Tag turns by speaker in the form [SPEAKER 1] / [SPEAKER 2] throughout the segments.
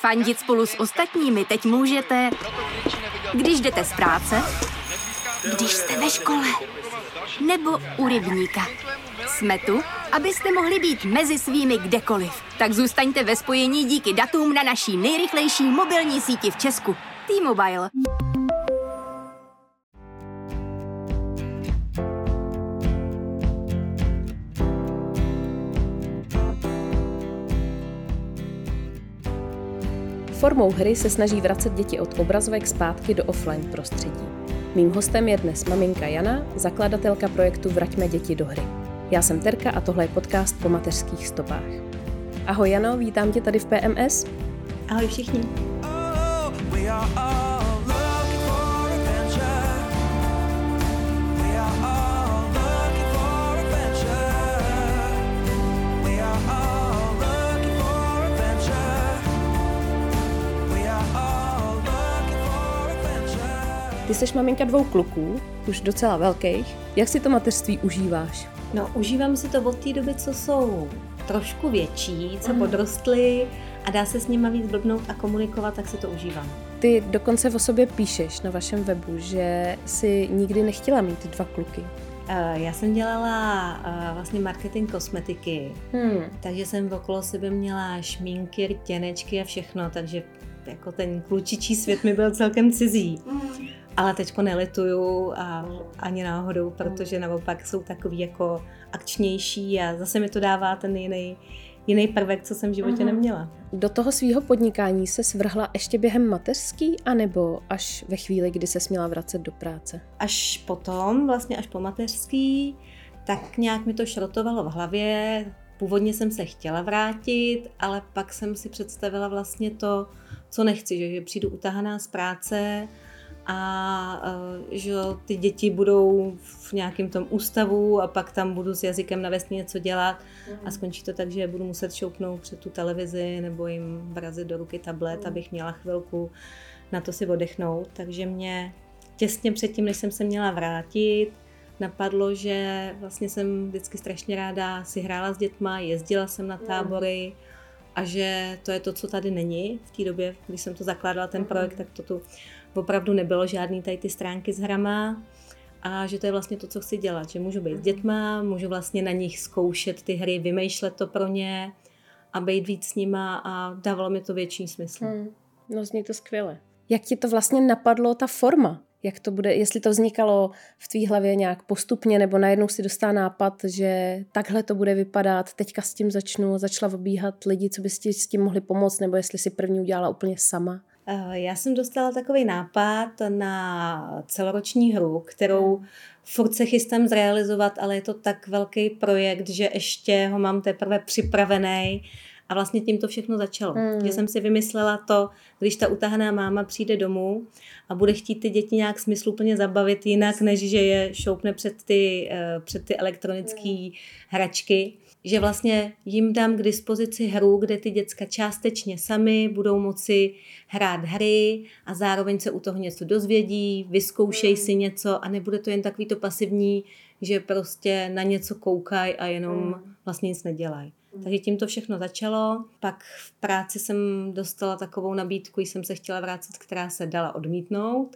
[SPEAKER 1] Fandit spolu s ostatními teď můžete, když jdete z práce, když jste ve škole, nebo u rybníka. Jsme tu, abyste mohli být mezi svými kdekoliv. Tak zůstaňte ve spojení díky datům na naší nejrychlejší mobilní síti v Česku. T-Mobile.
[SPEAKER 2] Formou hry se snaží vracet děti od obrazovek zpátky do offline prostředí. Mým hostem je dnes maminka Jana, zakladatelka projektu Vraťme děti do hry. Já jsem Terka a tohle je podcast Po mateřských stopách. Ahoj Jano, vítám tě tady v PMS.
[SPEAKER 3] Ahoj všichni.
[SPEAKER 2] Ty jsi maminka 2 kluků, už docela velkých. Jak si to mateřství užíváš?
[SPEAKER 3] No, užívám si to od té doby, co jsou trošku větší, co podrostly a dá se s nima víc blbnout a komunikovat, tak si to užívám.
[SPEAKER 2] Ty dokonce o sobě píšeš na vašem webu, že si nikdy nechtěla mít 2 kluky.
[SPEAKER 3] Já jsem dělala vlastně marketing kosmetiky, takže jsem okolo sebe měla šminky, rtěnečky a všechno, takže jako ten klučičí svět mi byl celkem cizí. Ale teďko nelituju a ani náhodou, protože naopak jsou takový jako akčnější a zase mi to dává ten jiný prvek, co jsem v životě neměla.
[SPEAKER 2] Do toho svýho podnikání se svrhla ještě během mateřský, anebo až ve chvíli, kdy se směla vracet do práce?
[SPEAKER 3] Až potom, vlastně až po mateřský, tak nějak mi to šrotovalo v hlavě. Původně jsem se chtěla vrátit, ale pak jsem si představila vlastně to, co nechci, že přijdu utahaná z práce a že ty děti budou v nějakém tom ústavu a pak tam budu s jazykem na vesně něco dělat a skončí to tak, že budu muset šoupnout před tu televizi nebo jim vrazit do ruky tablet, abych měla chvilku na to si oddechnout. Takže mě těsně předtím, než jsem se měla vrátit, napadlo, že vlastně jsem vždycky strašně ráda si hrála s dětma, jezdila jsem na tábory a že to je to, co tady není. V té době, když jsem to zakládala, ten projekt, tak to tu opravdu nebylo žádný tady ty stránky s hrama a že to je vlastně to, co chci dělat, že můžu být s dětma, můžu vlastně na nich zkoušet ty hry, vymýšlet to pro ně a být víc s nima a dávalo mi to větší smysl.
[SPEAKER 2] No zní to skvěle. Jak ti to vlastně napadlo, ta forma? Jak to bude, jestli to vznikalo v tvý hlavě nějak postupně, nebo najednou si dostala nápad, že takhle to bude vypadat, teďka s tím začala obíhat lidi, co by ti s tím mohli pomoct, nebo jestli si první udělala úplně sama?
[SPEAKER 3] Já jsem dostala takový nápad na celoroční hru, kterou furt se chystám zrealizovat, ale je to tak velký projekt, že ještě ho mám teprve připravený. A vlastně tím to všechno začalo. Že jsem si vymyslela to, když ta utahaná máma přijde domů a bude chtít ty děti nějak smysluplně zabavit jinak, než že je šoupne před ty elektronické hračky. Že vlastně jim dám k dispozici hru, kde ty děcka částečně sami budou moci hrát hry a zároveň se u toho něco dozvědí, vyzkoušej si něco a nebude to jen takový to pasivní, že prostě na něco koukají a jenom vlastně nic nedělají. Takže tím to všechno začalo. Pak v práci jsem dostala takovou nabídku, jsem se chtěla vrátit, která se dala odmítnout.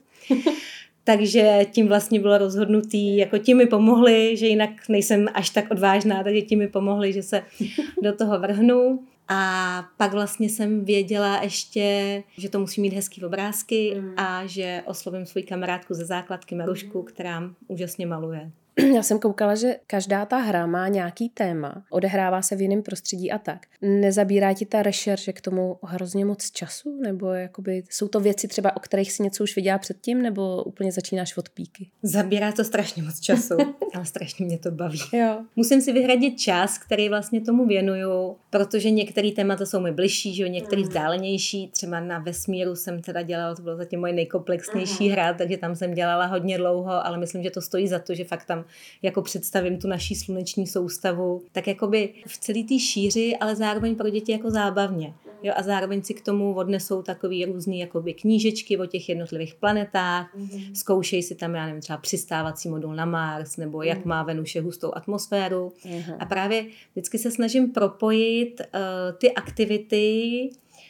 [SPEAKER 3] Takže tím vlastně bylo rozhodnutý, jako tím mi pomohli, že jinak nejsem až tak odvážná, takže tím mi pomohli, že se do toho vrhnu. A pak vlastně jsem věděla ještě, že to musí mít hezký obrázky a že oslovím svou kamarádku ze základky Marušku, která úžasně maluje.
[SPEAKER 2] Já jsem koukala, že každá ta hra má nějaký téma, odehrává se v jiném prostředí a tak. Nezabírá ti ta rešerše k tomu hrozně moc času? Nebo jakoby, jsou to věci třeba, o kterých si něco už viděla předtím, nebo úplně začínáš od píky?
[SPEAKER 3] Zabírá to strašně moc času, ale strašně mě to baví.
[SPEAKER 2] Jo.
[SPEAKER 3] Musím si vyhradit čas, který vlastně tomu věnuju, protože některé témata jsou mi bližší, že jo, některé vzdálenější. Třeba na vesmíru jsem teda dělala, to bylo zatím moje nejkomplexnější hra, takže tam jsem dělala hodně dlouho, ale myslím, že to stojí za to, že fakt tam jako představím tu naší sluneční soustavu, tak jakoby v celé té šíři, ale zároveň pro děti jako zábavně. Jo, a zároveň si k tomu odnesou takový různý jakoby knížečky o těch jednotlivých planetách, zkoušej si tam, já nevím, třeba přistávací modul na Mars, nebo jak má Venuše hustou atmosféru. A právě vždycky se snažím propojit ty aktivity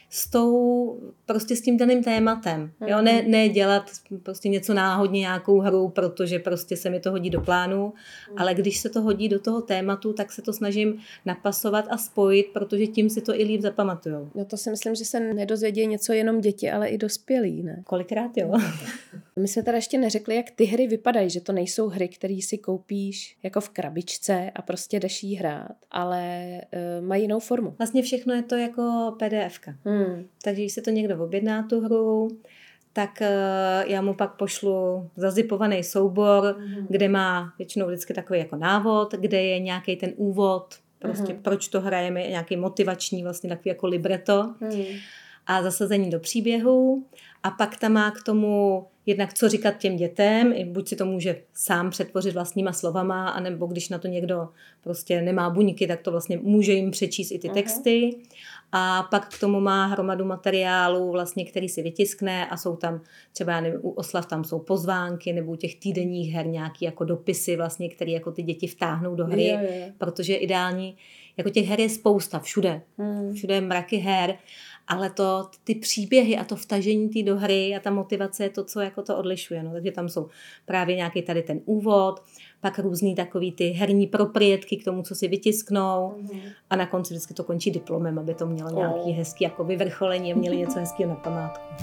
[SPEAKER 3] prostě s tím daným tématem. Jo? Ne dělat prostě něco náhodně, nějakou hru, protože prostě se mi to hodí do plánu, ale když se to hodí do toho tématu, tak se to snažím napasovat a spojit, protože tím si to i líp zapamatujou.
[SPEAKER 2] No to si myslím, že se nedozvědí něco jenom děti, ale i dospělí, ne?
[SPEAKER 3] Kolikrát jo.
[SPEAKER 2] My jsme teda ještě neřekli, jak ty hry vypadají, že to nejsou hry, které si koupíš jako v krabičce a prostě jdeš jí hrát, ale mají jinou formu.
[SPEAKER 3] Vlastně všechno je to jako PDF-ka. Takže když se to někdo objedná tu hru, tak já mu pak pošlu zazipovaný soubor, kde má většinou vždycky takový jako návod, kde je nějaký ten úvod, prostě proč to hrajeme, nějaký motivační vlastně takový jako libreto a zasazení do příběhu a pak tam má k tomu jednak co říkat těm dětem, buď si to může sám přetvořit vlastníma slovama, anebo když na to někdo prostě nemá buňky, tak to vlastně může jim přečíst i ty texty. A pak k tomu má hromadu materiálu, vlastně, který si vytiskne a jsou tam třeba, já nevím, u oslav tam jsou pozvánky nebo u těch týdenních her nějaký jako dopisy, vlastně, které jako ty děti vtáhnou do hry, protože je ideální, jako těch her je spousta všude. Všude je mraky her, ale ty příběhy a to vtažení té do hry a ta motivace je to, co jako to odlišuje. No. Takže tam jsou právě nějaký tady ten úvod, pak různý takový ty herní proprietky k tomu, co si vytisknou a na konci vždycky to končí diplomem, aby to mělo nějaký hezký jako vyvrcholení a měli něco hezkého na památku.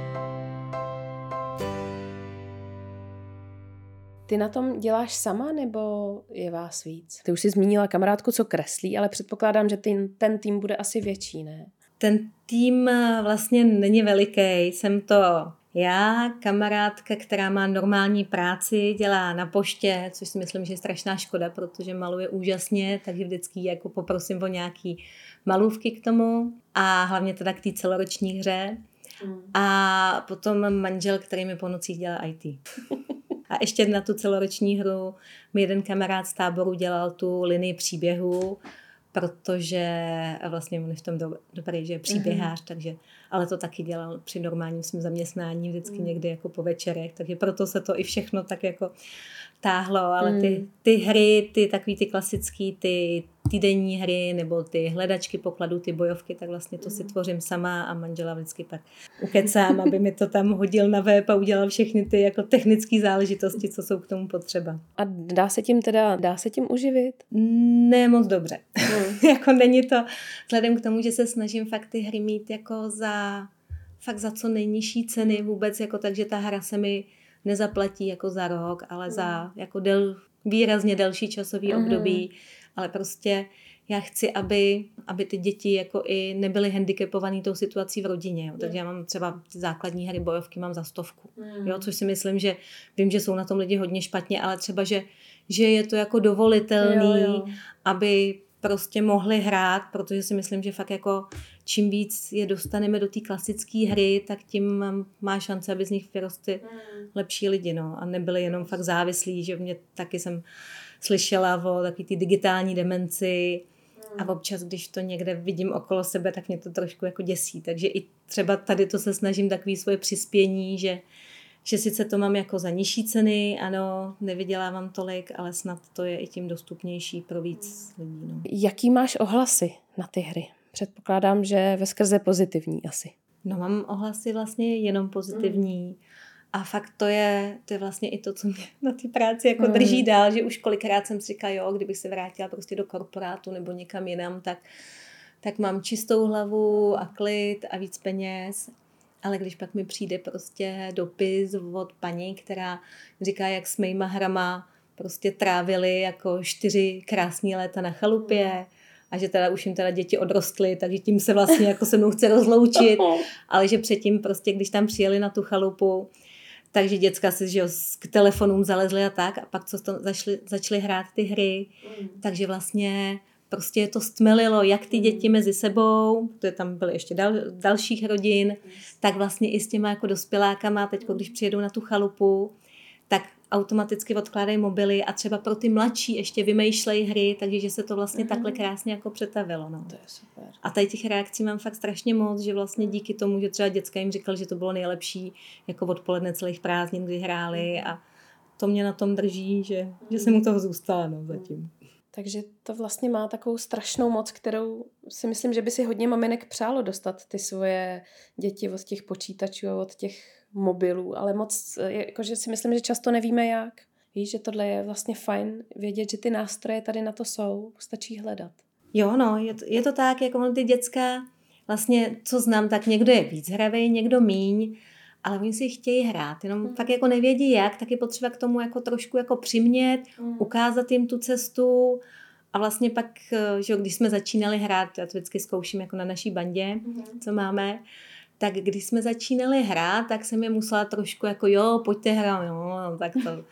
[SPEAKER 2] Ty na tom děláš sama, nebo je vás víc? Ty už jsi zmínila kamarádku, co kreslí, ale předpokládám, že ten tým bude asi větší, ne?
[SPEAKER 3] Ten tým vlastně není veliký. Jsem to já, kamarádka, která má normální práci, dělá na poště, což si myslím, že je strašná škoda, protože maluje úžasně, takže vždycky jako poprosím o nějaký malůvky k tomu a hlavně teda k té celoroční hře. A potom manžel, který mi po nocích dělá IT. A ještě na tu celoroční hru mi jeden kamarád z táboru dělal tu linii příběhu, protože vlastně on je v tom dobrý, že je příběhář, takže, ale to taky dělal při normálním svým zaměstnání vždycky někdy jako po večerech, takže proto se to i všechno tak jako táhlo, ale ty hry, ty takový ty klasický, ty týdenní hry nebo ty hledačky pokladů, ty bojovky, tak vlastně to si tvořím sama a manžela vždycky pak ukecám, aby mi to tam hodil na web a udělal všechny ty jako technické záležitosti, co jsou k tomu potřeba.
[SPEAKER 2] A dá se tím uživit?
[SPEAKER 3] Ne moc dobře. Jako není to, vzhledem k tomu, že se snažím fakt ty hry mít jako za co nejnižší ceny vůbec, jako takže ta hra se mi nezaplatí jako za rok, ale za jako výrazně delší časový období, ale prostě já chci, aby ty děti jako i nebyly handicapovaný tou situací v rodině. Jo. Takže já mám třeba ty základní hry bojovky mám za 100. Jo, což si myslím, že vím, že jsou na tom lidi hodně špatně, ale třeba, že je to jako dovolitelný, aby prostě mohli hrát, protože si myslím, že fakt jako čím víc je dostaneme do té klasické hry, tak tím má šance, aby z nich vyrostly lepší lidi, no. A nebyli jenom fakt závislí, že mě taky jsem slyšela o takový ty digitální demenci a občas, když to někde vidím okolo sebe, tak mě to trošku jako děsí. Takže i třeba tady to se snažím takový svoje přispění, že sice to mám jako za nižší ceny, ano, nevydělávám tolik, ale snad to je i tím dostupnější pro víc lidí. No.
[SPEAKER 2] Jaký máš ohlasy na ty hry? Předpokládám, že veskrze pozitivní asi.
[SPEAKER 3] No mám ohlasy vlastně jenom pozitivní. A fakt to je vlastně i to, co mě na té práci jako drží dál, že už kolikrát jsem si říkala, jo, kdybych se vrátila prostě do korporátu nebo někam jinam, tak mám čistou hlavu a klid a víc peněz. Ale když pak mi přijde prostě dopis od paní, která říká, jak s mýma hrama prostě trávili jako 4 krásný léta na chalupě a že teda už jim teda děti odrostly, takže tím se vlastně jako se mnou chce rozloučit, ale že předtím prostě, když tam přijeli na tu chalupu, takže děcka si že k telefonům zalezly a tak a pak co začaly hrát ty hry, takže vlastně prostě to stmelilo jak ty děti mezi sebou, protože tam byly ještě dalších rodin, tak vlastně i s těma jako dospělákama, teď když přijedou na tu chalupu, tak automaticky odkládají mobily a třeba pro ty mladší ještě vymýšlejí hry, takže se to vlastně takhle krásně jako přetavilo. No.
[SPEAKER 2] To je super.
[SPEAKER 3] A tady těch reakcí mám fakt strašně moc, že vlastně díky tomu, že třeba děcka jim říkal, že to bylo nejlepší jako odpoledne celých prázdnin, kdy hráli a to mě na tom drží, že jsem u toho zůstala, no, zatím.
[SPEAKER 2] Takže to vlastně má takovou strašnou moc, kterou si myslím, že by si hodně maminek přálo dostat ty svoje děti od těch počítačů a od těch mobilů, ale moc, jakože si myslím, že často nevíme jak. Víš, že tohle je vlastně fajn vědět, že ty nástroje tady na to jsou, stačí hledat.
[SPEAKER 3] Jo, no, je to tak, jako ty děcka, vlastně, co znám, tak někdo je víc hravej, někdo míň, ale oni si chtějí hrát, jenom fakt jako nevědí jak, tak je potřeba k tomu jako trošku jako přimět, ukázat jim tu cestu a vlastně pak, že když jsme začínali hrát, já to vždycky zkouším jako na naší bandě, co máme, tak když jsme začínali hrát, tak jsem je musela trošku jako jo, pojďte hrát, jo, no, tak to.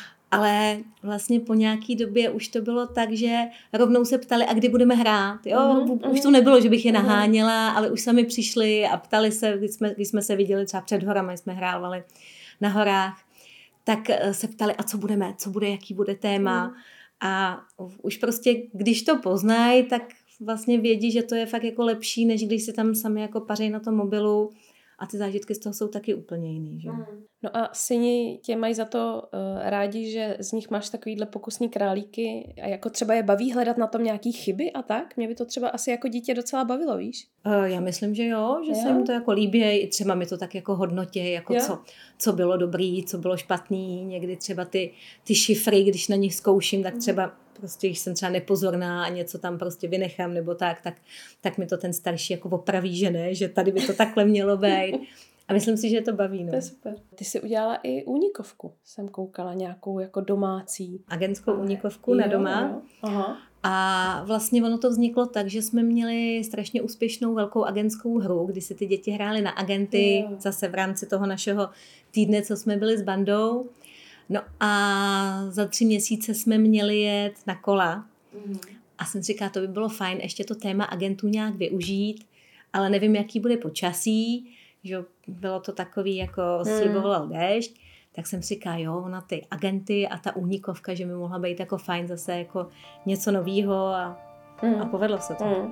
[SPEAKER 3] Ale vlastně po nějaký době už to bylo tak, že rovnou se ptali, a kdy budeme hrát. Jo, už to nebylo, že bych je naháněla, ale už sami přišli a ptali se, když jsme se viděli třeba před horama, jsme hrávali na horách, tak se ptali, a co budeme, co bude, jaký bude téma. A už prostě, když to poznají, tak vlastně vědí, že to je fakt jako lepší, než když si tam sami jako paří na tom mobilu. A ty zážitky z toho jsou taky úplně jiný, že?
[SPEAKER 2] No a syni tě mají za to rádi, že z nich máš takovýhle pokusný králíky a jako třeba je baví hledat na tom nějaký chyby a tak? Mě by to třeba asi jako dítě docela bavilo, víš?
[SPEAKER 3] Já myslím, že jo, že se jim to jako líbí, i třeba mi to tak jako hodnotí, jako co bylo dobrý, co bylo špatný, někdy třeba ty šifry, když na nich zkouším, tak třeba prostě, když jsem třeba nepozorná a něco tam prostě vynechám nebo tak mi to ten starší jako opraví, že ne, že tady by to takhle mělo být. A myslím si, že to baví. No.
[SPEAKER 2] To je super. Ty jsi udělala i únikovku, jsem koukala, nějakou jako domácí.
[SPEAKER 3] Agentskou únikovku na doma.
[SPEAKER 2] Jo. Aha.
[SPEAKER 3] A vlastně ono to vzniklo tak, že jsme měli strašně úspěšnou velkou agentskou hru, kdy si ty děti hrály na agenty, zase v rámci toho našeho týdne, co jsme byli s bandou. No a za 3 měsíce jsme měli jet na kola. A jsem si říkala, to by bylo fajn ještě to téma agentů nějak využít, ale nevím, jaký bude počasí, že bylo to takový, jako sliboval déšť, tak jsem si říkala, jo, na ty agenty a ta únikovka, že by mohla být jako fajn zase jako něco novýho a povedlo se to.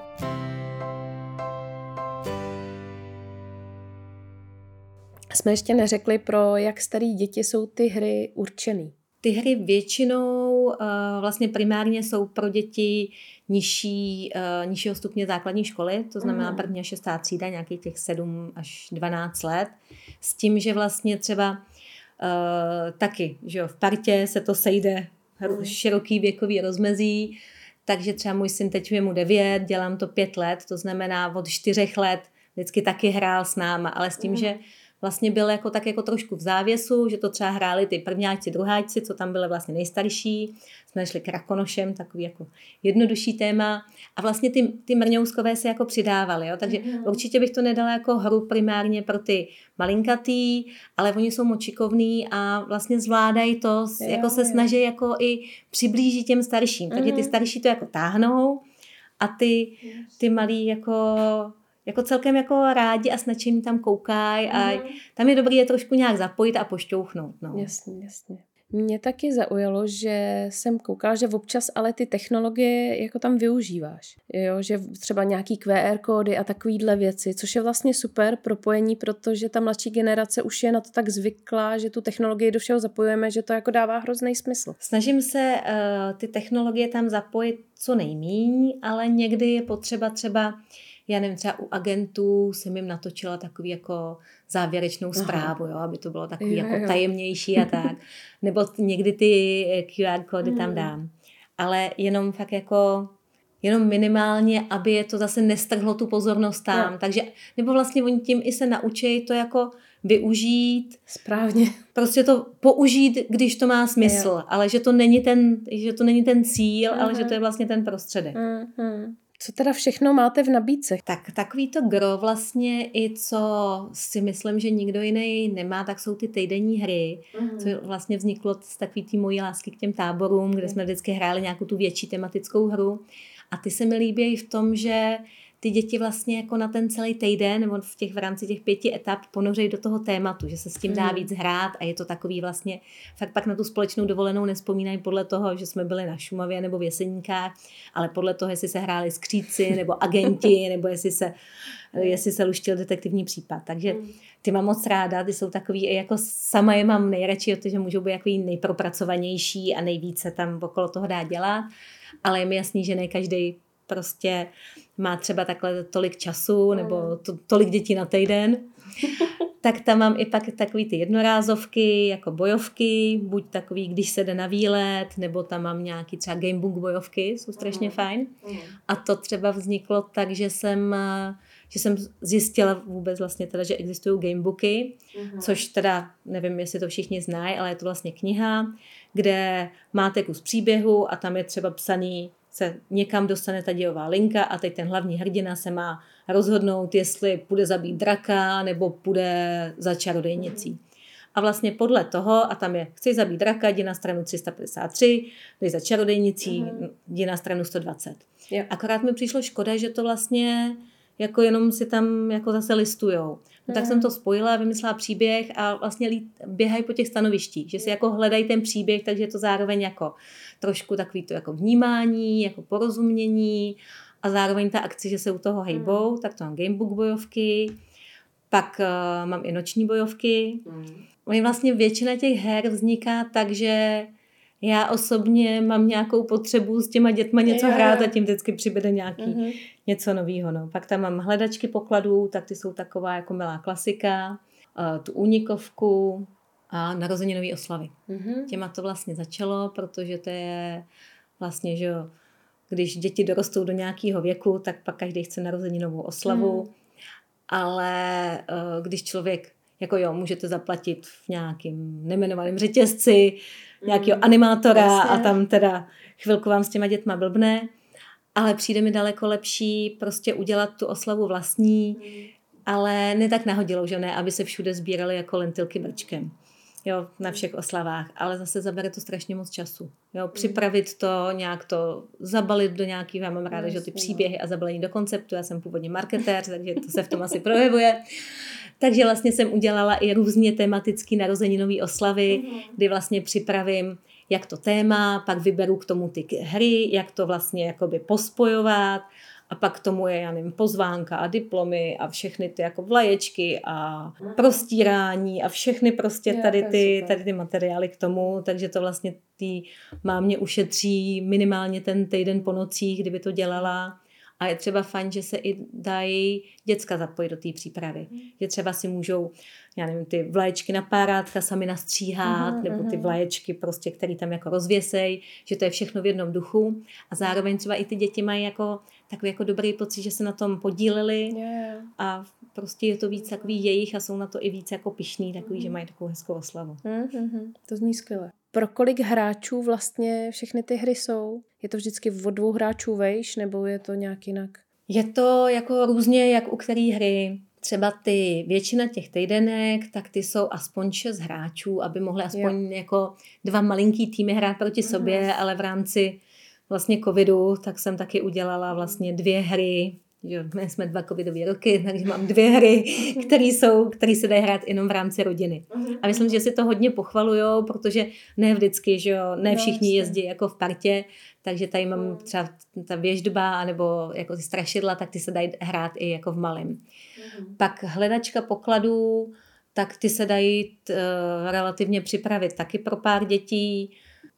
[SPEAKER 2] Jsme ještě neřekli, pro jak starý děti jsou ty hry určený.
[SPEAKER 3] Ty hry většinou vlastně primárně jsou pro děti nižšího stupně základní školy, to znamená 1. a 6. třída, nějakých těch 7 až 12 let, s tím, že vlastně třeba taky, že jo, v partě se to sejde široký věkový rozmezí, takže třeba můj syn teď je mu 9, dělám to 5 let, to znamená od 4 let vždycky taky hrál s náma, ale s tím, že vlastně byl jako tak jako trošku v závěsu, že to třeba hráli ty prvňáčci, druháčci, co tam byly vlastně nejstarší. Jsme šli k Rakonošem, takový jako jednodušší téma. A vlastně ty mrňouskové se jako přidávali. Jo? Takže určitě bych to nedala jako hru primárně pro ty malinkatý, ale oni jsou moc šikovní a vlastně zvládají to, jako se snaží jako i přiblížit těm starším. Takže ty starší to jako táhnou a ty malí jako celkem jako rádi a s nadšením tam koukají a tam je dobrý je trošku nějak zapojit a pošťouchnout. No.
[SPEAKER 2] Jasně. Mě taky zaujalo, že jsem koukala, že občas ale ty technologie jako tam využíváš. Jo? Že třeba nějaký QR kódy a takovýhle věci, což je vlastně super propojení, protože ta mladší generace už je na to tak zvyklá, že tu technologii do všeho zapojujeme, že to jako dává hrozný smysl.
[SPEAKER 3] Snažím se ty technologie tam zapojit co nejmíň, ale někdy je potřeba třeba já nevím, třeba u agentů jsem jim natočila takový jako závěrečnou zprávu, jo, aby to bylo takový jako tajemnější a tak. Nebo někdy ty QR kódy tam dám. Ale jenom fakt jako jenom minimálně, aby je to zase nestrhlo tu pozornost tam. Takže, nebo vlastně oni tím i se naučí to jako využít.
[SPEAKER 2] Správně.
[SPEAKER 3] Prostě to použít, když to má smysl, ale že to není ten cíl, ale že to je vlastně ten prostředek.
[SPEAKER 2] Co teda všechno máte v nabídce?
[SPEAKER 3] Tak takový to gro vlastně i co si myslím, že nikdo jiný nemá, tak jsou ty týdenní hry, co vlastně vzniklo z takový té mojí lásky k těm táborům, kde jsme vždycky hráli nějakou tu větší tematickou hru. A ty se mi líbí v tom, že ty děti vlastně jako na ten celý týden nebo v rámci těch 5 etap ponořejí do toho tématu, že se s tím dá víc hrát a je to takový vlastně, fakt pak na tu společnou dovolenou nespomínají podle toho, že jsme byli na Šumavě nebo v Jeseníkách, ale podle toho, jestli se hráli skříci nebo agenti, nebo jestli se luštil detektivní případ. Takže ty mám moc ráda, ty jsou takový, jako sama je mám nejradši, protože můžou být jako nejpropracovanější a nejvíce tam okolo toho dá dělat. ale je mi jasný, že ne každý prostě má třeba takhle tolik času nebo tolik dětí na týden. Tak tam mám i pak takový ty jednorázovky, jako bojovky, buď takový, když se jde na výlet, nebo tam mám nějaký třeba gamebook bojovky, jsou strašně fajn. A to třeba vzniklo tak, že jsem zjistila vůbec vlastně teda, že existují gamebooky, což teda nevím, jestli to všichni znají, ale je to vlastně kniha, kde máte kus příběhu a tam je třeba psaný, se někam dostane ta dějová linka a teď ten hlavní hrdina se má rozhodnout, jestli půjde zabít draka nebo půjde za čarodejnicí. A vlastně podle toho, a tam je, chci zabít draka, jdi na stranu 353, jdeš za čarodejnicí, jdi na stranu 120. Yeah. Akorát mi přišlo škoda, že to vlastně jako jenom si tam jako zase listujou. No tak jsem to spojila a vymyslela příběh a vlastně běhají po těch stanovištích, že si jako hledají ten příběh, takže je to zároveň jako trošku takový to jako vnímání, jako porozumění a zároveň ta akce, že se u toho hejbou, tak to mám gamebook bojovky, pak mám i noční bojovky. Vlastně většina těch her vzniká tak, že já osobně mám nějakou potřebu s těma dětma něco hrát a tím vždycky přibude nějaký něco novýho. No. Pak tam mám hledačky pokladů, tak ty jsou taková jako milá klasika, tu únikovku a narozeninové oslavy. Těma to vlastně začalo, protože to je vlastně, že jo, když děti dorostou do nějakého věku, tak pak každý chce narozeninovou oslavu, ale když člověk, jako jo, můžete zaplatit v nějakým nejmenovaném řetězci, nějakého animátora a tam teda chvilku vám s těma dětma blbne, ale přijde mi daleko lepší prostě udělat tu oslavu vlastní, ale ne tak nahodilou, že ne, aby se všude sbíraly jako lentilky brčkem. Jo, na všech oslavách, ale zase zabere to strašně moc času. Jo, připravit to, nějak to zabalit do nějakého, já mám ráda, že ty příběhy a zabalení do konceptu, já jsem původně marketér, takže to se v tom asi projevuje. Takže vlastně jsem udělala i různě tematické narozeninový oslavy, kdy vlastně připravím jak to téma, pak vyberu k tomu ty hry, jak to vlastně jakoby pospojovat a pak k tomu je, já nevím, pozvánka a diplomy a všechny ty jako vlaječky a prostírání a všechny prostě tady ty materiály k tomu, takže to vlastně tý mámě ušetří minimálně ten týden po nocích, kdyby to dělala. A je třeba fajn, že se i dají děcka zapojit do té přípravy. Že třeba si můžou, já nevím, ty vlaječky na párátka sami nastříhat, nebo ty vlaječky prostě, který tam jako rozvěsej, že to je všechno v jednom duchu. A zároveň třeba i ty děti mají jako takový jako dobrý pocit, že se na tom podíleli a prostě je to víc takový jejich a jsou na to i víc jako pyšný, takový, že mají takovou hezkou oslavu.
[SPEAKER 2] To zní skvěle. Pro kolik hráčů vlastně všechny ty hry jsou? Je to vždycky od 2 hráčů vejš, nebo je to nějak jinak?
[SPEAKER 3] Je to jako různě, jak u který hry. Třeba ty většina těch týdenek, tak ty jsou aspoň 6 hráčů, aby mohli aspoň jako 2 malinký týmy hrát proti sobě, ale v rámci vlastně covidu, tak jsem taky udělala vlastně 2 hry. My jsme 2 covidové roky, takže mám 2 hry, které se dají hrát jenom v rámci rodiny. A myslím, že si to hodně pochvalujou, protože ne vždycky, že jo, ne všichni jezdí jako v partě, takže tady mám třeba ta věždba nebo jako ty strašidla, tak ty se dají hrát i jako v malém. Pak hledačka pokladů, tak ty se dají relativně připravit taky pro pár dětí.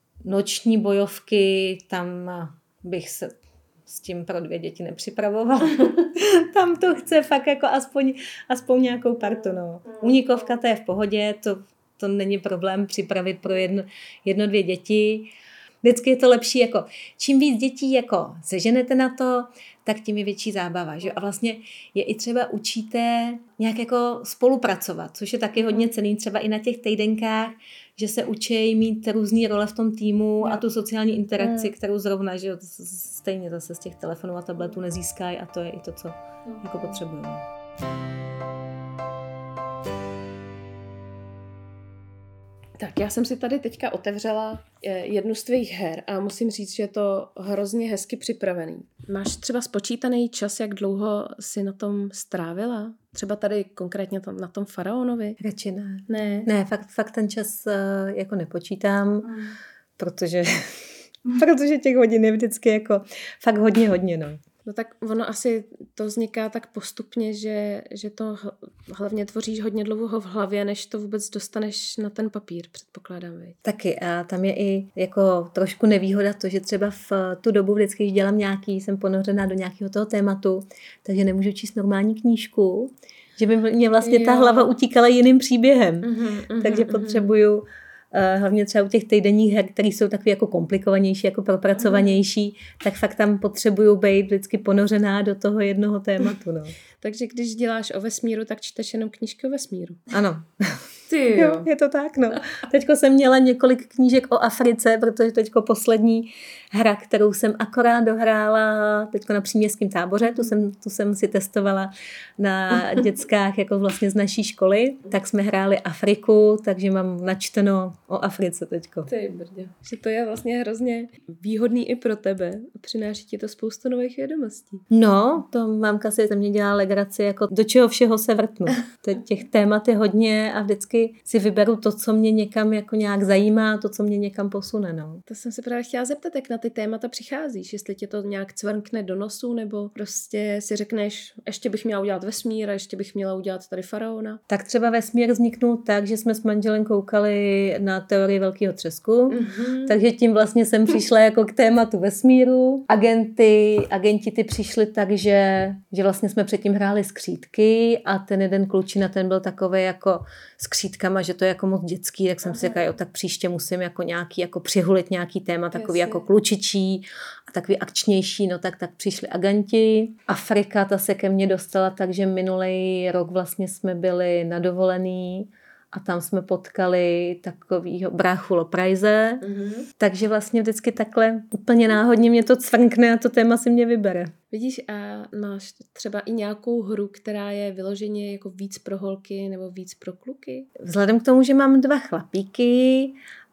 [SPEAKER 3] Noční bojovky, tam bych se s tím pro 2 děti nepřipravovala. Tam to chce fakt jako aspoň nějakou partu. No. Únikovka, to je v pohodě, to není problém připravit pro 1-2 děti. Vždycky je to lepší, jako čím víc dětí jako seženete na to, tak tím je větší zábava. Že? A vlastně je i třeba učíte nějak jako spolupracovat, což je taky hodně cenný třeba i na těch týdenkách, že se učí mít různý role v tom týmu a tu sociální interakci, kterou zrovna, že stejně zase z těch telefonů a tabletů nezískají a to je i to, co jako potřebujeme.
[SPEAKER 2] Tak já jsem si tady teďka otevřela jednu z tvých her a musím říct, že je to hrozně hezky připravený. Máš třeba spočítaný čas, jak dlouho jsi na tom strávila? Třeba tady konkrétně na tom faraonovi?
[SPEAKER 3] Radši ne. Ne, fakt ten čas jako nepočítám, protože těch hodin je vždycky jako fakt hodně, no.
[SPEAKER 2] No tak ono asi to vzniká tak postupně, že to hlavně tvoříš hodně dlouho v hlavě, než to vůbec dostaneš na ten papír, předpokládám. Viď?
[SPEAKER 3] Taky a tam je i jako trošku nevýhoda to, že třeba v tu dobu vždycky, když dělám jsem ponořená do nějakého toho tématu, takže nemůžu číst normální knížku, že by mě vlastně ta hlava utíkala jiným příběhem. Takže potřebuju hlavně třeba u těch týdenních her, které jsou takové jako komplikovanější, jako propracovanější, tak fakt tam potřebuju být vždycky ponořená do toho jednoho tématu. No.
[SPEAKER 2] Takže když děláš o vesmíru, tak čteš jenom knížky o vesmíru.
[SPEAKER 3] Ano.
[SPEAKER 2] Ty jo.
[SPEAKER 3] Je to tak, no. Teďko jsem měla několik knížek o Africe, protože teďko poslední hra, kterou jsem akorát dohrála teďko na příměstském táboře, tu jsem si testovala na dětskách jako vlastně z naší školy, tak jsme hráli Afriku, takže mám načteno o Africe teďko.
[SPEAKER 2] Ty brdě. Že to je vlastně hrozně výhodný i pro tebe a přináší ti to spoustu nových vědomostí.
[SPEAKER 3] No, to mámka si ze mě dělá legraci, jako do čeho všeho se vrtnu. Těch témat je hodně a vždycky si vyberu to, co mě někam jako nějak zajímá, to, co mě někam posune. No.
[SPEAKER 2] To jsem se právě chtěla zeptat, jak na ty témata přicházíš, jestli tě to nějak cvrkne do nosu, nebo prostě si řekneš, ještě bych měla udělat vesmír a ještě bych měla udělat tady faraona.
[SPEAKER 3] Tak třeba vesmír vzniknul tak, že jsme s manželem koukali na teorii velkého třesku, takže tím vlastně jsem přišla jako k tématu vesmíru. Agenti ty přišli tak, že vlastně jsme předtím hráli skřítky a ten jeden klučina, ten byl takovej jako skřítkama, že to je jako moc dětský, tak jsem si říkala, tak příště musím jako nějaký, jako přihulit nějaký téma, takový jako klučičí a takový akčnější, no tak přišli agenti. Afrika, ta se ke mně dostala, takže minulý rok vlastně jsme byli na dovolený a tam jsme potkali takovýho bráchu Loprajze, takže vlastně vždycky takhle úplně náhodně mě to cvrkne a to téma si mě vybere.
[SPEAKER 2] Vidíš, a máš třeba i nějakou hru, která je vyloženě jako víc pro holky nebo víc pro kluky?
[SPEAKER 3] Vzhledem k tomu, že mám 2 chlapíky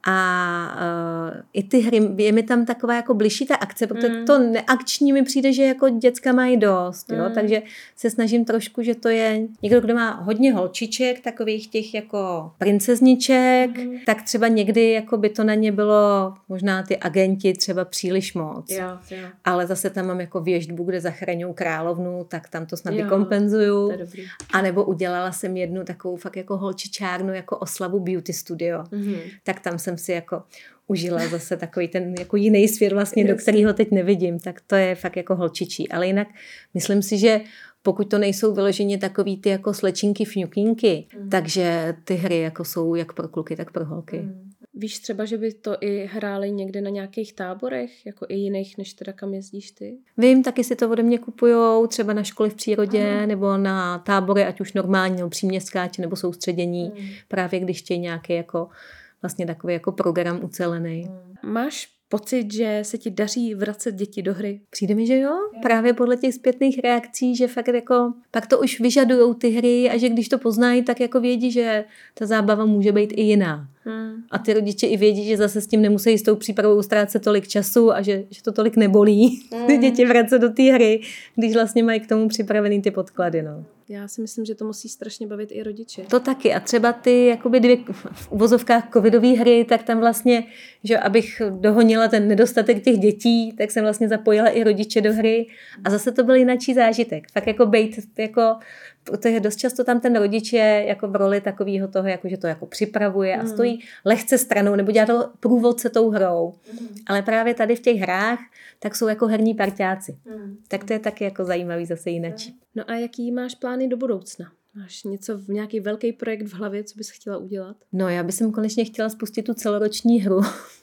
[SPEAKER 3] a i ty hry, je mi tam taková jako bližší ta akce, protože to neakční mi přijde, že jako děcka mají dost, jo? Takže se snažím trošku, že to je někdo, kdo má hodně holčiček, takových těch jako princezniček, tak třeba někdy jako by to na ně bylo možná ty agenti třeba příliš moc.
[SPEAKER 2] Jo.
[SPEAKER 3] Ale zase tam mám jako věštbu, kde zachraňují královnu, tak tam to snad vykompenzuju. A nebo udělala jsem jednu takovou fakt jako holčičárnu jako oslavu Beauty Studio. Tak tam jsem si jako užila zase takový ten jako jiný svět vlastně, do kterého teď nevidím, tak to je fakt jako holčičí. Ale jinak myslím si, že pokud to nejsou vyloženě takový ty jako slečinky, fňukinky, takže ty hry jako jsou jak pro kluky, tak pro holky.
[SPEAKER 2] Víš třeba, že by to i hráli někde na nějakých táborech, jako i jiných, než teda kam jezdíš ty?
[SPEAKER 3] Vím, taky si to ode mě kupujou, třeba na školy v přírodě, nebo na tábory, ať už normální, nebo příměstskáče, nebo soustředění, právě když chtějí nějaký jako vlastně takový jako program ucelený.
[SPEAKER 2] Máš pocit, že se ti daří vracet děti do hry?
[SPEAKER 3] Přijde mi, že jo. Právě podle těch zpětných reakcí, že fakt jako pak to už vyžadujou ty hry a že když to poznají, tak jako vědí, že ta zábava může být i jiná. A ty rodiče i vědí, že zase s tím nemusí s tou přípravou ztrácet tolik času a že to tolik nebolí ty děti vracet do té hry, když vlastně mají k tomu připravený ty podklady. No.
[SPEAKER 2] Já si myslím, že to musí strašně bavit i rodiče.
[SPEAKER 3] To taky. A třeba ty jakoby 2 v uvozovkách covidové hry, tak tam vlastně, že abych dohonila ten nedostatek těch dětí, tak jsem vlastně zapojila i rodiče do hry a zase to byl jináčí zážitek. Fakt jako bejt, jako, protože dost často tam ten rodič je jako v roli takového toho, jako, že to jako připravuje a stojí lehce stranou nebo dělá to průvodce tou hrou. Ale právě tady v těch hrách tak jsou jako herní parťáci. Tak to je taky jako zajímavý zase jináčí.
[SPEAKER 2] No a jaký máš plány do budoucna? Máš nějaký velký projekt v hlavě, co bys chtěla udělat?
[SPEAKER 3] No já bych konečně chtěla spustit tu celoroční hru,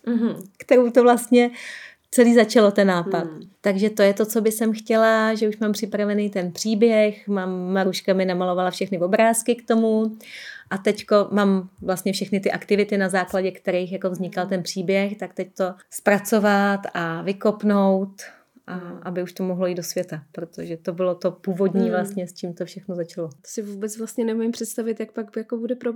[SPEAKER 3] kterou to vlastně celý začalo ten nápad. Takže to je to, co bych chtěla, že už mám připravený ten příběh, Maruška mi namalovala všechny obrázky k tomu a teďko mám vlastně všechny ty aktivity, na základě kterých jako vznikal ten příběh, tak teď to zpracovat a vykopnout, a aby už to mohlo jít do světa, protože to bylo to původní vlastně, s čím to všechno začalo.
[SPEAKER 2] To si vůbec vlastně nemůžu představit, jak pak jako bude probíhat.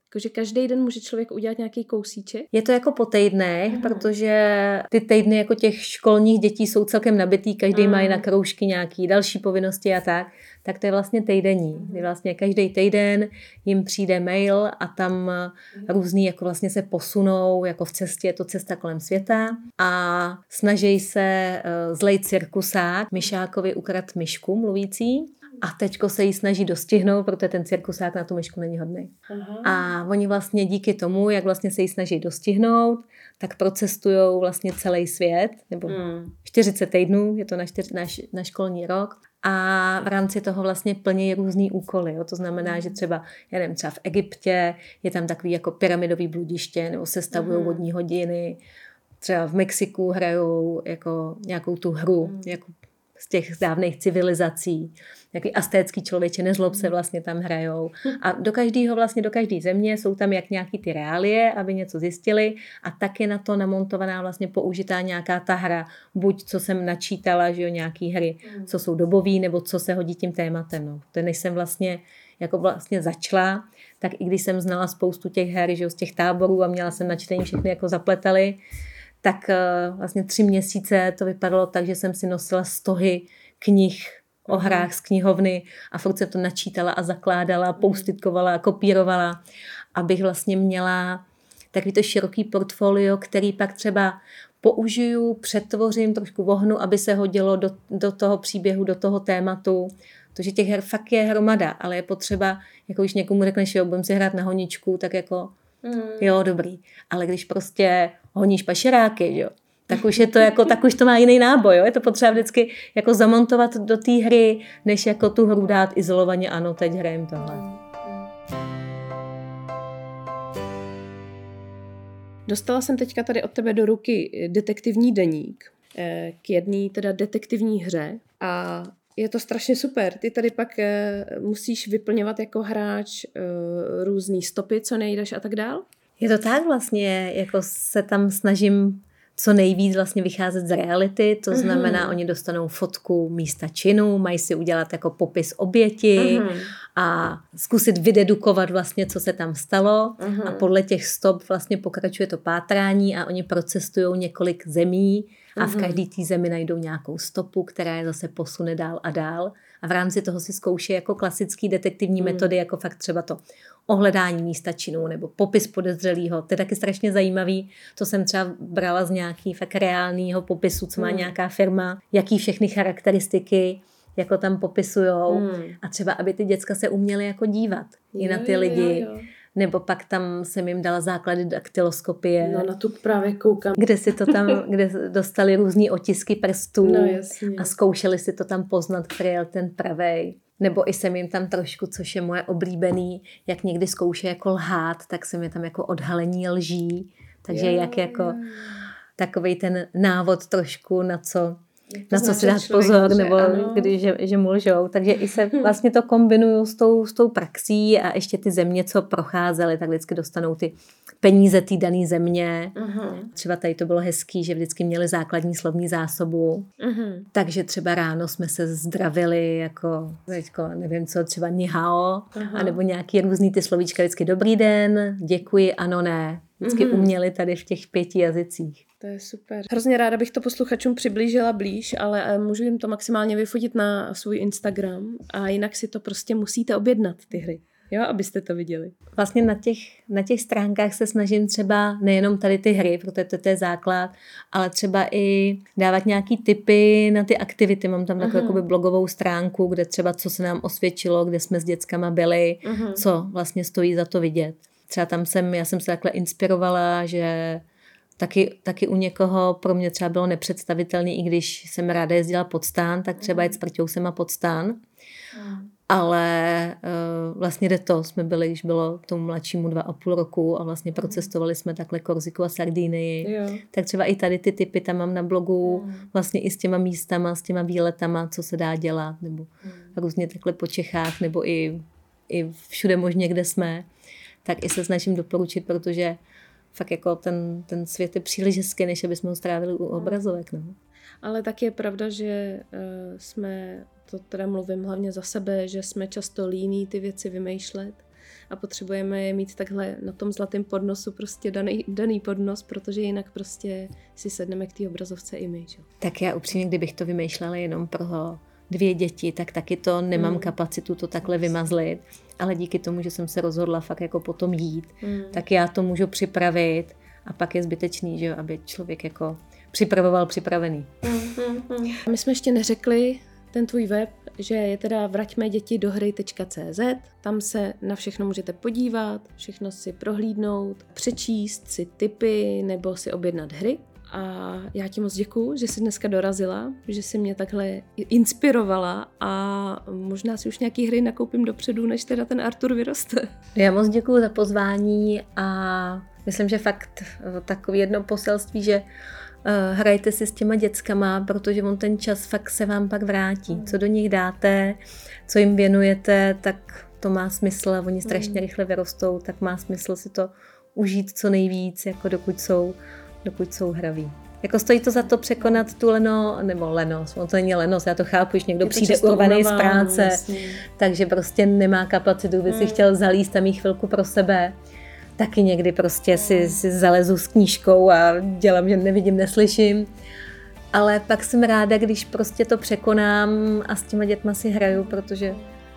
[SPEAKER 2] Jakože každý den může člověk udělat nějaký kousíček?
[SPEAKER 3] Je to jako po týdnech, protože ty týdny jako těch školních dětí jsou celkem nabitý, každý má na kroužky nějaký další povinnosti a tak to je vlastně týdenní. Vlastně každý týden jim přijde mail a tam různý jako vlastně se posunou, jako v cestě, je to cesta kolem světa a snaží se zlej cirkusák Myšákovi ukradl myšku mluvící. A teďko se jí snaží dostihnout, protože ten cirkusák na tu myšku není hodný. A oni vlastně díky tomu, jak vlastně se jí snaží dostihnout, tak procestujou vlastně celý svět, nebo 40 týdnů, je to na školní rok. A v rámci toho vlastně plní různý úkoly. Jo. To znamená, že třeba v Egyptě je tam takový jako pyramidový bludiště, nebo sestavují vodní hodiny. Třeba v Mexiku hrajou jako nějakou tu hru, jako z těch dávných civilizací. Jaký astécký člověče, nezlob se vlastně tam hrajou. A do každé země jsou tam jak nějaký ty reálie, aby něco zjistili a tak je na to namontovaná vlastně použitá nějaká ta hra. Buď co jsem načítala, že jo, nějaký hry, co jsou dobový, nebo co se hodí tím tématem. No. To než jsem vlastně začala, tak i když jsem znala spoustu těch her, že jo, z těch táborů a měla jsem načtení všechny jako zapletaly, tak vlastně 3 měsíce to vypadalo tak, že jsem si nosila stohy knih o hrách z knihovny a furt se to načítala a zakládala, poustitkovala a kopírovala, abych vlastně měla takový to široký portfolio, který pak třeba použiju, přetvořím, trošku vohnu, aby se hodilo do toho příběhu, do toho tématu. Protože těch her fakt je hromada, ale je potřeba, jako když někomu řekneš, jo, budeme si hrát na honičku, tak jako jo, dobrý. Ale když prostě honíš pašeráky, jo, tak už je to jako, tak už to má jiný náboj, jo. Je to potřeba vždycky jako zamontovat do té hry, než jako tu hru dát izolovaně, ano, teď hrajem tohle.
[SPEAKER 2] Dostala jsem teďka tady od tebe do ruky detektivní deník k jedné teda detektivní hře a je to strašně super. Ty tady pak musíš vyplňovat jako hráč různý stopy, co nejdeš a tak dál?
[SPEAKER 3] Je to tak vlastně, jako se tam snažím co nejvíc vlastně vycházet z reality, to znamená, oni dostanou fotku místa činu, mají si udělat jako popis oběti a zkusit vydedukovat vlastně, co se tam stalo a podle těch stop vlastně pokračuje to pátrání a oni procestujou několik zemí a v každé té zemi najdou nějakou stopu, která je zase posune dál a dál a v rámci toho si zkouší jako klasický detektivní metody, jako fakt třeba to ohledání místa činu nebo popis podezřelého. To je taky strašně zajímavý. To jsem třeba brala z nějaký fakt reálného popisu, co má nějaká firma, jaký všechny charakteristiky jako tam popisujou a třeba, aby ty děcka se uměly jako dívat i na ty lidi. Jo. Nebo pak tam jsem jim dala základy daktyloskopie.
[SPEAKER 2] No, na tu právě koukám.
[SPEAKER 3] Kde dostali různý otisky prstů
[SPEAKER 2] jasně.
[SPEAKER 3] A zkoušeli si to tam poznat, který je ten pravej. Nebo i jsem jim tam trošku, což je moje oblíbený, jak někdy zkouší jako lhát, tak jsem je tam jako odhalení lží. Takže jako takovej ten návod trošku na co si dát pozor, nebo že můžou. Takže i se vlastně to kombinuju s tou praxí a ještě ty země, co procházely, tak vždycky dostanou ty peníze té dané země. Třeba tady to bylo hezký, že vždycky měli základní slovní zásobu. Takže třeba ráno jsme se zdravili jako nevím co, třeba ni hao, anebo nějaký různý ty slovíčka, vždycky dobrý den, děkuji, ano, ne. Vždycky uměli tady v těch 5 jazycích.
[SPEAKER 2] To je super. Hrozně ráda bych to posluchačům přiblížila blíž, ale můžu jim to maximálně vyfotit na svůj Instagram a jinak si to prostě musíte objednat, ty hry. Jo, abyste to viděli.
[SPEAKER 3] Vlastně na těch stránkách se snažím třeba nejenom tady ty hry, protože to je základ, ale třeba i dávat nějaký tipy na ty aktivity. Mám tam takovou jakoby blogovou stránku, kde třeba co se nám osvědčilo, kde jsme s dětskama byli, co vlastně stojí za to vidět. Třeba já jsem se takhle inspirovala, že taky u někoho pro mě třeba bylo nepředstavitelné, i když jsem ráda jezdila pod stán, tak třeba jet s Prťousema pod stán. Ale vlastně jde to, jsme byli, když bylo tomu mladšímu 2,5 roku a vlastně procestovali jsme takhle Korsiku a Sardinii. Tak třeba i tady ty tipy tam mám na blogu, vlastně i s těma místama, s těma výletama, co se dá dělat, nebo různě takhle po Čechách, nebo i všude možně, kde jsme. Tak i se snažím doporučit, protože fakt jako ten svět je příliš hezký, než abychom ho strávili u obrazovek. No.
[SPEAKER 2] Ale tak je pravda, že jsme, to teda mluvím hlavně za sebe, že jsme často líní ty věci vymýšlet a potřebujeme je mít takhle na tom zlatém podnosu prostě daný podnos, protože jinak prostě si sedneme k té obrazovce i my. Že?
[SPEAKER 3] Tak já upřímně, kdybych to vymýšlela jenom pro 2 děti, tak taky to nemám kapacitu to takhle vymazlit, ale díky tomu, že jsem se rozhodla fakt jako potom jít, tak já to můžu připravit a pak je zbytečný, že aby člověk jako připravoval připravený.
[SPEAKER 2] My jsme ještě neřekli ten tvůj web, že je teda vraťmedětidohry.cz, tam se na všechno můžete podívat, všechno si prohlídnout, přečíst si tipy nebo si objednat hry. A já ti moc děkuju, že jsi dneska dorazila, že jsi mě takhle inspirovala a možná si už nějaký hry nakoupím dopředu, než teda ten Artur vyroste.
[SPEAKER 3] Já moc děkuju za pozvání a myslím, že fakt takové jedno poselství, že hrajte si s těma dětskama, protože on ten čas fakt se vám pak vrátí. Co do nich dáte, co jim věnujete, tak to má smysl a oni strašně rychle vyrostou, tak má smysl si to užít co nejvíc, jako dokud jsou hraví. Jako stojí to za to překonat tu lenost, on to není lenost, já to chápu, když někdo přijde urvaný z práce, vlastně. Takže prostě nemá kapacitu, by si chtěl zalíst tam jí chvilku pro sebe. Taky někdy prostě si zalezu s knížkou a dělám, že nevidím, neslyším. Ale pak jsem ráda, když prostě to překonám a s těma dětma si hraju, protože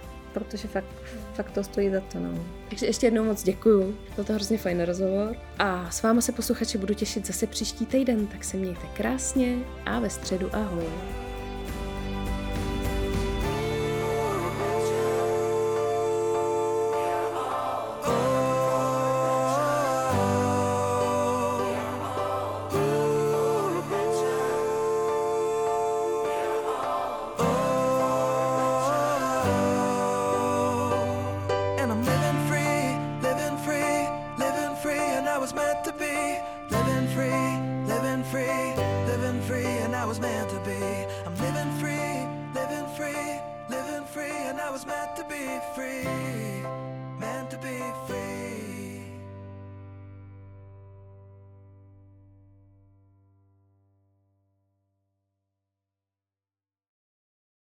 [SPEAKER 3] fakt to stojí za to. No.
[SPEAKER 2] Takže ještě jednou moc děkuju, byl to hrozně fajn rozhovor. A s váma se posluchači budu těšit zase příští týden, tak se mějte krásně a ve středu ahoj.
[SPEAKER 4] I was meant to be free.